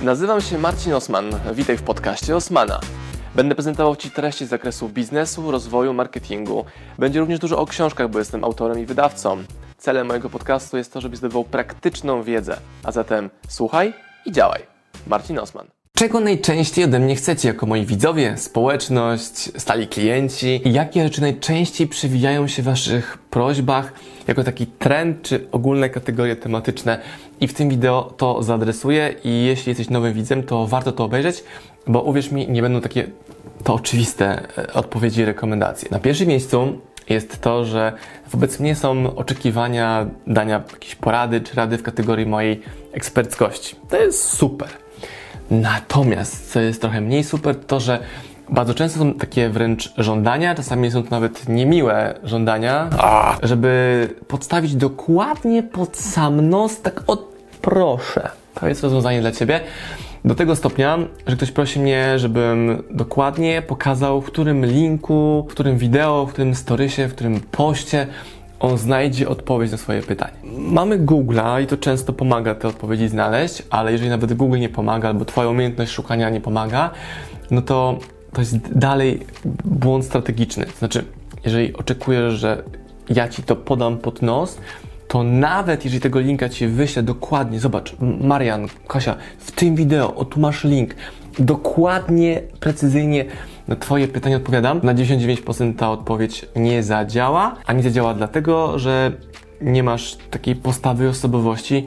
Nazywam się Marcin Osman. Witaj w podcaście Osmana. Będę prezentował Ci treści z zakresu biznesu, rozwoju, marketingu. Będzie również dużo o książkach, bo jestem autorem i wydawcą. Celem mojego podcastu jest to, żebyś zdobywał praktyczną wiedzę. A zatem słuchaj i działaj. Marcin Osman. Czego najczęściej ode mnie chcecie jako moi widzowie, społeczność, stali klienci? Jakie rzeczy najczęściej przewijają się w Waszych prośbach jako taki trend czy ogólne kategorie tematyczne? I w tym wideo to zaadresuję i jeśli jesteś nowym widzem, to warto to obejrzeć, bo uwierz mi, nie będą takie to oczywiste odpowiedzi i rekomendacje. Na pierwszym miejscu jest to, że wobec mnie są oczekiwania dania jakiejś porady czy rady w kategorii mojej eksperckości. To jest super. Natomiast, co jest trochę mniej super, to że bardzo często są takie wręcz żądania, czasami są to nawet niemiłe żądania, żeby podstawić dokładnie pod sam nos, tak proszę, to jest rozwiązanie dla Ciebie. Do tego stopnia, że ktoś prosi mnie, żebym dokładnie pokazał, w którym linku, w którym wideo, w którym storysie, w którym poście on znajdzie odpowiedź na swoje pytanie. Mamy Google'a i to często pomaga te odpowiedzi znaleźć, ale jeżeli nawet Google nie pomaga, albo Twoja umiejętność szukania nie pomaga, no to jest dalej błąd strategiczny. To znaczy, jeżeli oczekujesz, że ja Ci to podam pod nos, to nawet jeżeli tego linka Ci wyślę dokładnie, zobacz, Marian, Kasia, w tym wideo, o tu masz link, dokładnie, precyzyjnie na Twoje pytanie odpowiadam. Na 99% ta odpowiedź nie zadziała, a nie zadziała dlatego, że nie masz takiej postawy osobowości,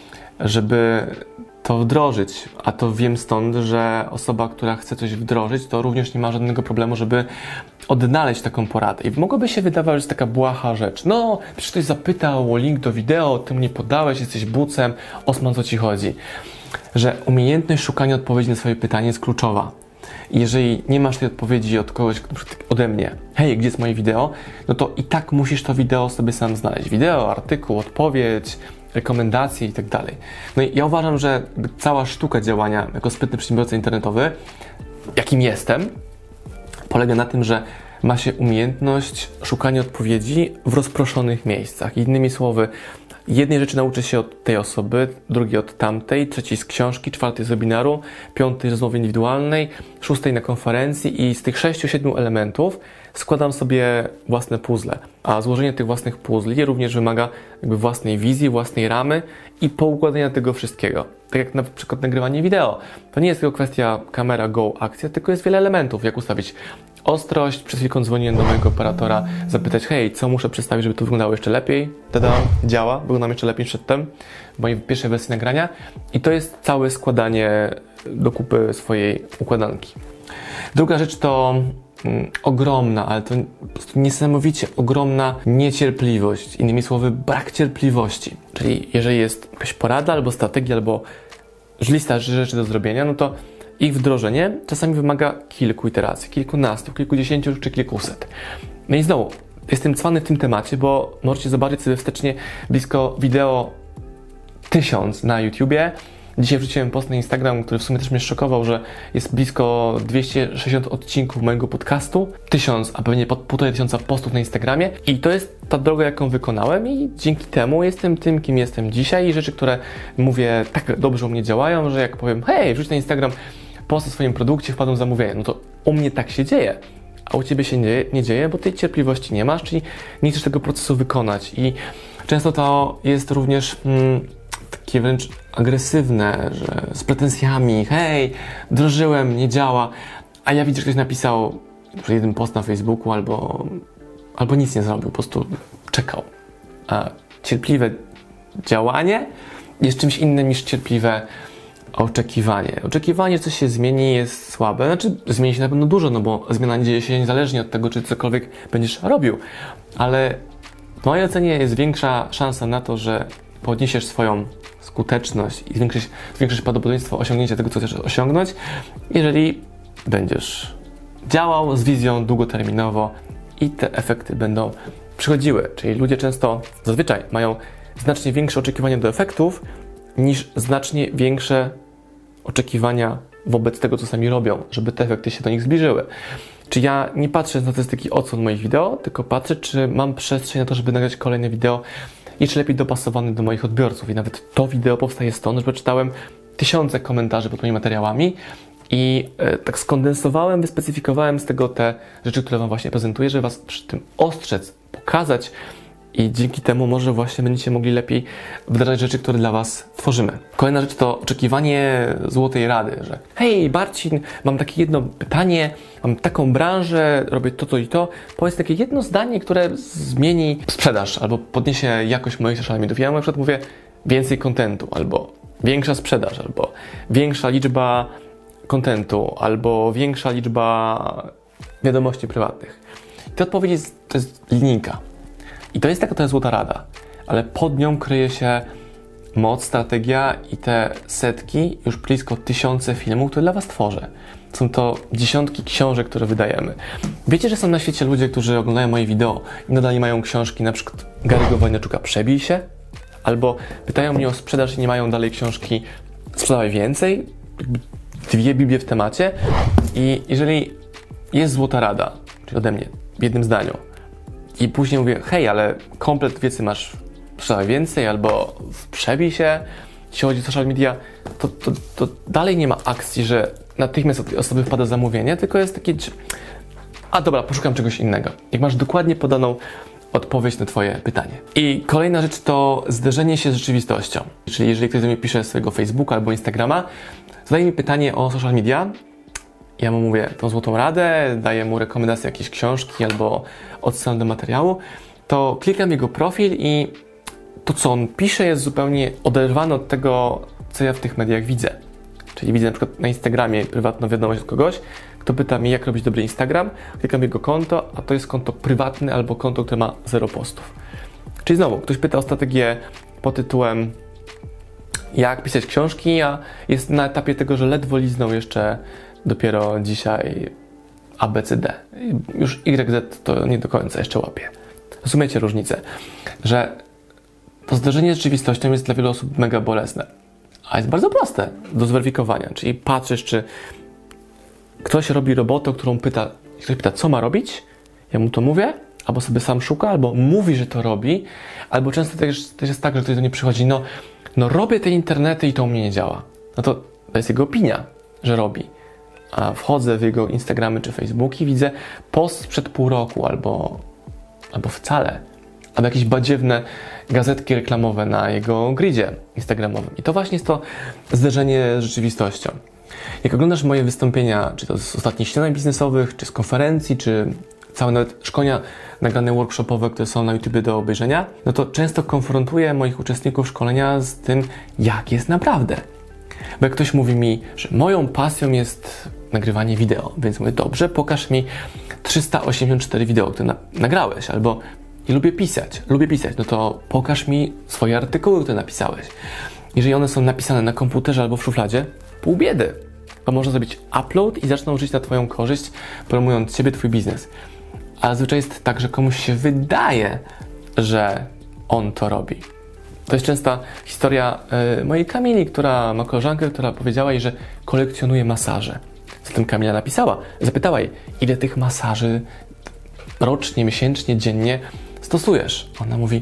żeby to wdrożyć. A to wiem stąd, że osoba, która chce coś wdrożyć, to również nie ma żadnego problemu, żeby odnaleźć taką poradę. I mogłoby się wydawać, że jest taka błaha rzecz. No, przecież ktoś zapytał o link do wideo, Ty mu nie podałeś, jesteś bucem, Osman, co Ci chodzi? Że umiejętność szukania odpowiedzi na swoje pytanie jest kluczowa. I jeżeli nie masz tej odpowiedzi od kogoś, ode mnie, hej, gdzie jest moje wideo, no to i tak musisz to wideo sobie sam znaleźć. Wideo, artykuł, odpowiedź, rekomendacje i tak dalej. No i ja uważam, że cała sztuka działania jako sprytny przedsiębiorca internetowy, jakim jestem, polega na tym, że ma się umiejętność szukania odpowiedzi w rozproszonych miejscach. Innymi słowy, jednej rzeczy nauczę się od tej osoby, drugiej od tamtej, trzeciej z książki, czwartej z webinaru, piątej z rozmowy indywidualnej, szóstej na konferencji i z tych 6-7 elementów składam sobie własne puzzle. A złożenie tych własnych puzli również wymaga jakby własnej wizji, własnej ramy i poukładania tego wszystkiego. Tak jak na przykład nagrywanie wideo. To nie jest tylko kwestia kamera, go, akcja, tylko jest wiele elementów, jak ustawić ostrość. Przed chwilką dzwoniłem do mojego operatora, zapytać, hej, co muszę przedstawić, żeby to wyglądało jeszcze lepiej? Tada, działa, wyglądam jeszcze lepiej niż przedtem, w mojej pierwszej wersji nagrania. I to jest całe składanie do kupy swojej układanki. Druga rzecz to ogromna, ale to po prostu niesamowicie ogromna niecierpliwość. Innymi słowy, brak cierpliwości. Czyli jeżeli jest jakaś porada, albo strategia, albo lista rzeczy do zrobienia, no to ich wdrożenie czasami wymaga kilku iteracji, kilkunastu, kilkudziesięciu czy kilkuset. No i znowu, jestem cwany w tym temacie, bo możecie zobaczyć sobie wstecznie blisko wideo 1000 na YouTubie. Dzisiaj wrzuciłem post na Instagram, który w sumie też mnie szokował, że jest blisko 260 odcinków mojego podcastu, 1000, a pewnie 1500 postów na Instagramie i to jest ta droga, jaką wykonałem i dzięki temu jestem tym, kim jestem dzisiaj i rzeczy, które mówię tak dobrze u mnie działają, że jak powiem, hej, wrzuć na Instagram post o swoim produkcie, wpadną zamówienie, no to u mnie tak się dzieje, a u Ciebie się nie dzieje, bo tej cierpliwości nie masz, czyli nie chcesz tego procesu wykonać i często to jest również takie wręcz agresywne, że z pretensjami, hej, wdrożyłem, nie działa, a ja widzę, że ktoś napisał jeden post na Facebooku albo nic nie zrobił, po prostu czekał. A cierpliwe działanie jest czymś innym niż cierpliwe oczekiwanie. Oczekiwanie, że coś się zmieni, jest słabe. Znaczy, zmieni się na pewno dużo, no bo zmiana dzieje się niezależnie od tego, czy cokolwiek będziesz robił. Ale w mojej ocenie jest większa szansa na to, że podniesiesz swoją skuteczność i zwiększysz prawdopodobieństwo osiągnięcia tego, co chcesz osiągnąć, jeżeli będziesz działał z wizją długoterminowo i te efekty będą przychodziły. Czyli ludzie często, zazwyczaj mają znacznie większe oczekiwania do efektów niż znacznie większe oczekiwania wobec tego, co sami robią, żeby te efekty się do nich zbliżyły. Czy ja nie patrzę na statystyki ocen moich wideo, tylko patrzę, czy mam przestrzeń na to, żeby nagrać kolejne wideo jeszcze lepiej dopasowane do moich odbiorców. I nawet to wideo powstaje stąd, że przeczytałem tysiące komentarzy pod moimi materiałami i tak skondensowałem, wyspecyfikowałem z tego te rzeczy, które Wam właśnie prezentuję, żeby Was przy tym ostrzec, pokazać i dzięki temu może właśnie będziecie mogli lepiej wdrażać rzeczy, które dla Was tworzymy. Kolejna rzecz to oczekiwanie złotej rady, że hej Marcin, mam takie jedno pytanie, mam taką branżę, robię to i to, powiedz takie jedno zdanie, które zmieni sprzedaż albo podniesie jakość moich social mediów. Ja na przykład mówię więcej kontentu, albo większa sprzedaż, albo większa liczba kontentu, albo większa liczba wiadomości prywatnych. I ta odpowiedź to jest linijka. I to jest taka złota rada, ale pod nią kryje się moc, strategia i te setki, już blisko tysiące filmów, które dla Was tworzę. Są to dziesiątki książek, które wydajemy. Wiecie, że są na świecie ludzie, którzy oglądają moje wideo i nadal nie mają książki, na przykład Gary'ego Vaynerchuka Przebij się? Albo pytają mnie o sprzedaż i nie mają dalej książki Sprzedawaj więcej? Dwie Biblie w temacie. I jeżeli jest złota rada, czyli ode mnie, w jednym zdaniu, i później mówię, hej, ale komplet wiedzy masz sprzedawaj więcej, albo przebij się, jeśli chodzi o social media, to dalej nie ma akcji, że natychmiast od tej osoby wpada zamówienie, tylko jest takie, a dobra, poszukam czegoś innego. Jak masz dokładnie podaną odpowiedź na Twoje pytanie. I kolejna rzecz to zderzenie się z rzeczywistością. Czyli jeżeli ktoś do mnie pisze z swojego Facebooka albo Instagrama, zadaje mi pytanie o social media, ja mu mówię tą złotą radę, daję mu rekomendację jakiejś książki albo odsyłam do materiału, to klikam w jego profil i to, co on pisze, jest zupełnie oderwane od tego, co ja w tych mediach widzę. Czyli widzę na przykład na Instagramie prywatną wiadomość od kogoś, kto pyta mnie, jak robić dobry Instagram, klikam w jego konto, a to jest konto prywatne albo konto, które ma 0 postów. Czyli znowu, ktoś pyta o strategię pod tytułem jak pisać książki, a jest na etapie tego, że ledwo liznął jeszcze dopiero dzisiaj ABCD. Już YZ to nie do końca jeszcze łapie. Rozumiecie różnicę, że to zderzenie z rzeczywistością jest dla wielu osób mega bolesne, a jest bardzo proste do zweryfikowania. Czyli patrzysz, czy ktoś robi robotę, którą ktoś pyta, co ma robić, ja mu to mówię, albo sobie sam szuka, albo mówi, że to robi, albo często też jest tak, że ktoś do mnie przychodzi, no robię te internety i to u mnie nie działa. No to jest jego opinia, że robi. A wchodzę w jego Instagramy czy Facebooki, widzę post sprzed pół roku albo wcale, albo jakieś badziewne gazetki reklamowe na jego gridzie instagramowym. I to właśnie jest to zderzenie z rzeczywistością. Jak oglądasz moje wystąpienia, czy to z ostatnich śniadań biznesowych, czy z konferencji, czy całe nawet szkolenia nagrane workshopowe, które są na YouTube do obejrzenia, no to często konfrontuję moich uczestników szkolenia z tym, jak jest naprawdę. Bo jak ktoś mówi mi, że moją pasją jest nagrywanie wideo, więc mówię, dobrze, pokaż mi 384 wideo, które nagrałeś, albo i lubię pisać, no to pokaż mi swoje artykuły, które napisałeś. Jeżeli one są napisane na komputerze albo w szufladzie, pół biedy, bo można zrobić upload i zaczną żyć na Twoją korzyść, promując Ciebie, Twój biznes. A zazwyczaj jest tak, że komuś się wydaje, że on to robi. To jest częsta historia mojej Kamili, która ma koleżankę, która powiedziała jej, że kolekcjonuje masaże. Zatem Kamila napisała, zapytała jej, ile tych masaży rocznie, miesięcznie, dziennie stosujesz? Ona mówi,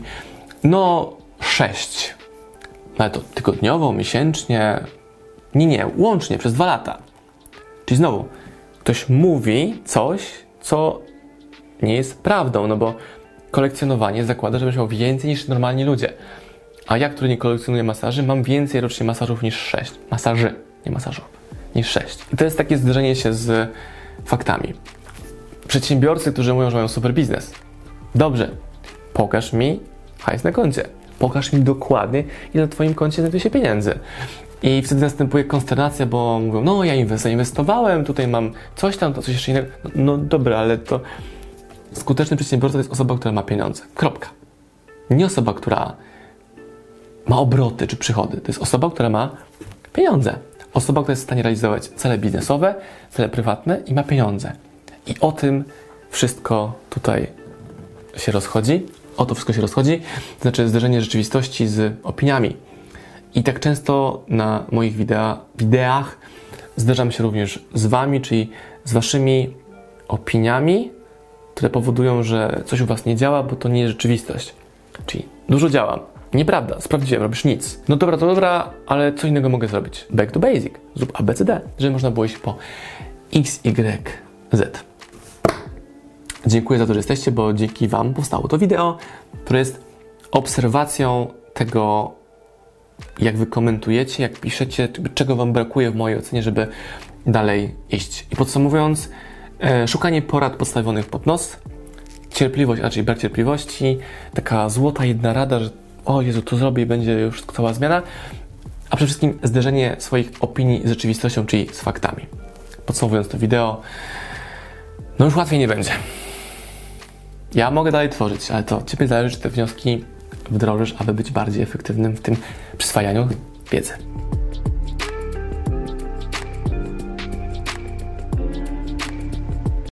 6. Ale to tygodniowo, miesięcznie? Nie, łącznie przez 2 lata. Czyli znowu, ktoś mówi coś, co nie jest prawdą, bo kolekcjonowanie zakłada, że będziesz miał więcej niż normalni ludzie. A ja, który nie kolekcjonuję masaży, mam więcej rocznie masażów niż 6. Masaży, nie masażów, niż 6. I to jest takie zderzenie się z faktami. Przedsiębiorcy, którzy mówią, że mają super biznes. Dobrze, pokaż mi hajs na koncie. Pokaż mi dokładnie, ile na Twoim koncie znajduje się pieniędzy. I wtedy następuje konsternacja, bo mówią, ja zainwestowałem, tutaj mam coś tam, to coś jeszcze innego. No dobra, ale to skuteczny przedsiębiorca to jest osoba, która ma pieniądze. Kropka. Nie osoba, która ma obroty czy przychody. To jest osoba, która ma pieniądze. Osoba, która jest w stanie realizować cele biznesowe, cele prywatne i ma pieniądze. I o tym wszystko tutaj się rozchodzi. O to wszystko się rozchodzi. To znaczy zderzenie rzeczywistości z opiniami. I tak często na moich wideach zderzam się również z Wami, czyli z Waszymi opiniami, które powodują, że coś u Was nie działa, bo to nie jest rzeczywistość. Czyli dużo działam, Nieprawda, sprawdziłem, robisz nic. No dobra, to dobra, ale co innego mogę zrobić? Back to basic. Zrób ABCD, żeby można było iść po X, Y, Z. Dziękuję za to, że jesteście, bo dzięki Wam powstało to wideo, które jest obserwacją tego, jak Wy komentujecie, jak piszecie, czego Wam brakuje w mojej ocenie, żeby dalej iść. I podsumowując, szukanie porad postawionych pod nos, cierpliwość, a raczej brak cierpliwości, taka złota jedna rada, że o Jezu, to zrobię i będzie już cała zmiana, a przede wszystkim zderzenie swoich opinii z rzeczywistością, czyli z faktami. Podsumowując to wideo, no już łatwiej nie będzie. Ja mogę dalej tworzyć, ale to Ciebie zależy, czy te wnioski wdrożysz, aby być bardziej efektywnym w tym przyswajaniu wiedzy.